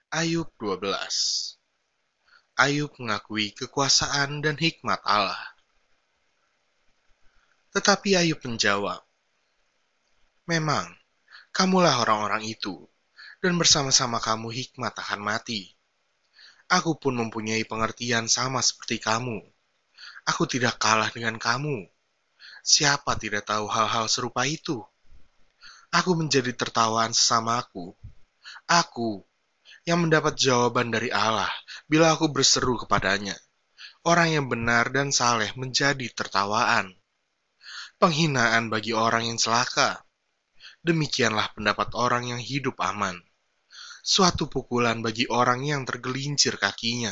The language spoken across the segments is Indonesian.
Ayub 12. Ayub mengakui kekuasaan dan hikmat Allah. Tetapi Ayub menjawab, "Memang, kamulah orang-orang itu, dan bersama-sama kamu hikmat akan mati. Aku pun mempunyai pengertian sama seperti kamu. Aku tidak kalah dengan kamu. Siapa tidak tahu hal-hal serupa itu? Aku menjadi tertawaan sesamaku. Aku yang mendapat jawaban dari Allah bila aku berseru kepadanya. Orang yang benar dan saleh menjadi tertawaan. Penghinaan bagi orang yang celaka. Demikianlah pendapat orang yang hidup aman. Suatu pukulan bagi orang yang tergelincir kakinya.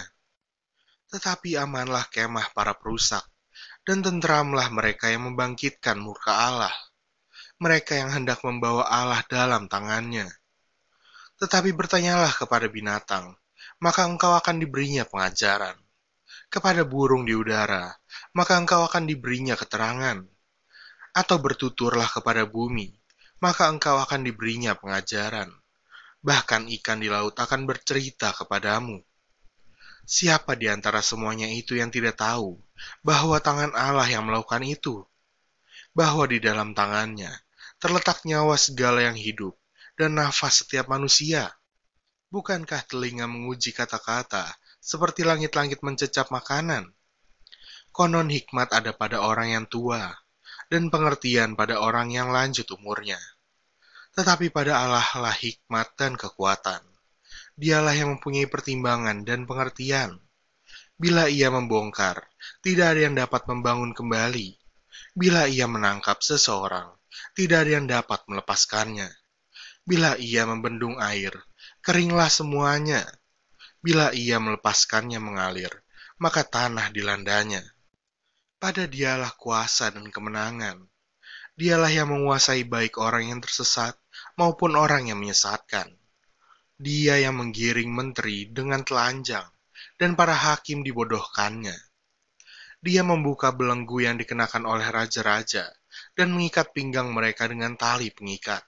Tetapi amanlah kemah para perusak, dan tentramlah mereka yang membangkitkan murka Allah. Mereka yang hendak membawa Allah dalam tangannya. Tetapi bertanyalah kepada binatang, maka engkau akan diberinya pengajaran. Kepada burung di udara, maka engkau akan diberinya keterangan. Atau bertuturlah kepada bumi, maka engkau akan diberinya pengajaran. Bahkan ikan di laut akan bercerita kepadamu. Siapa di antara semuanya itu yang tidak tahu bahwa tangan Allah yang melakukan itu? Bahwa di dalam tangannya terletak nyawa segala yang hidup dan nafas setiap manusia. Bukankah telinga menguji kata-kata seperti langit-langit mencecap makanan? Konon hikmat ada pada orang yang tua, dan pengertian pada orang yang lanjut umurnya. Tetapi pada Allah lah hikmat dan kekuatan. Dialah yang mempunyai pertimbangan dan pengertian. Bila ia membongkar, tidak ada yang dapat membangun kembali. Bila ia menangkap seseorang, tidak ada yang dapat melepaskannya. Bila ia membendung air, keringlah semuanya. Bila ia melepaskannya mengalir, maka tanah dilandanya. Pada dialah kuasa dan kemenangan. Dialah yang menguasai baik orang yang tersesat maupun orang yang menyesatkan. Dia yang menggiring menteri dengan telanjang, dan para hakim dibodohkannya. Dia membuka belenggu yang dikenakan oleh raja-raja, dan mengikat pinggang mereka dengan tali pengikat.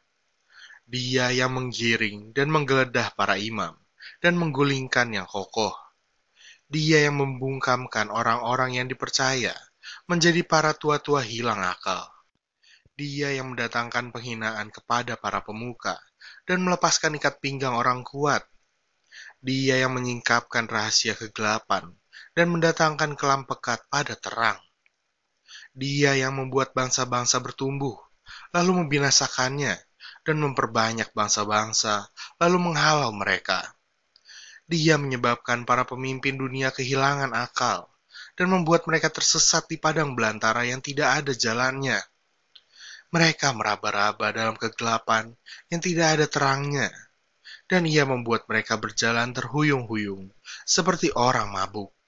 Dia yang menggiring dan menggeledah para imam, dan menggulingkan yang kokoh. Dia yang membungkamkan orang-orang yang dipercaya, menjadi para tua-tua hilang akal. Dia yang mendatangkan penghinaan kepada para pemuka, dan melepaskan ikat pinggang orang kuat. Dia yang menyingkapkan rahasia kegelapan, dan mendatangkan kelam pekat pada terang. Dia yang membuat bangsa-bangsa bertumbuh, lalu membinasakannya, dan memperbanyak bangsa-bangsa, lalu menghalau mereka. Dia menyebabkan para pemimpin dunia kehilangan akal, dan membuat mereka tersesat di padang belantara yang tidak ada jalannya. Mereka meraba-raba dalam kegelapan yang tidak ada terangnya, dan ia membuat mereka berjalan terhuyung-huyung, seperti orang mabuk.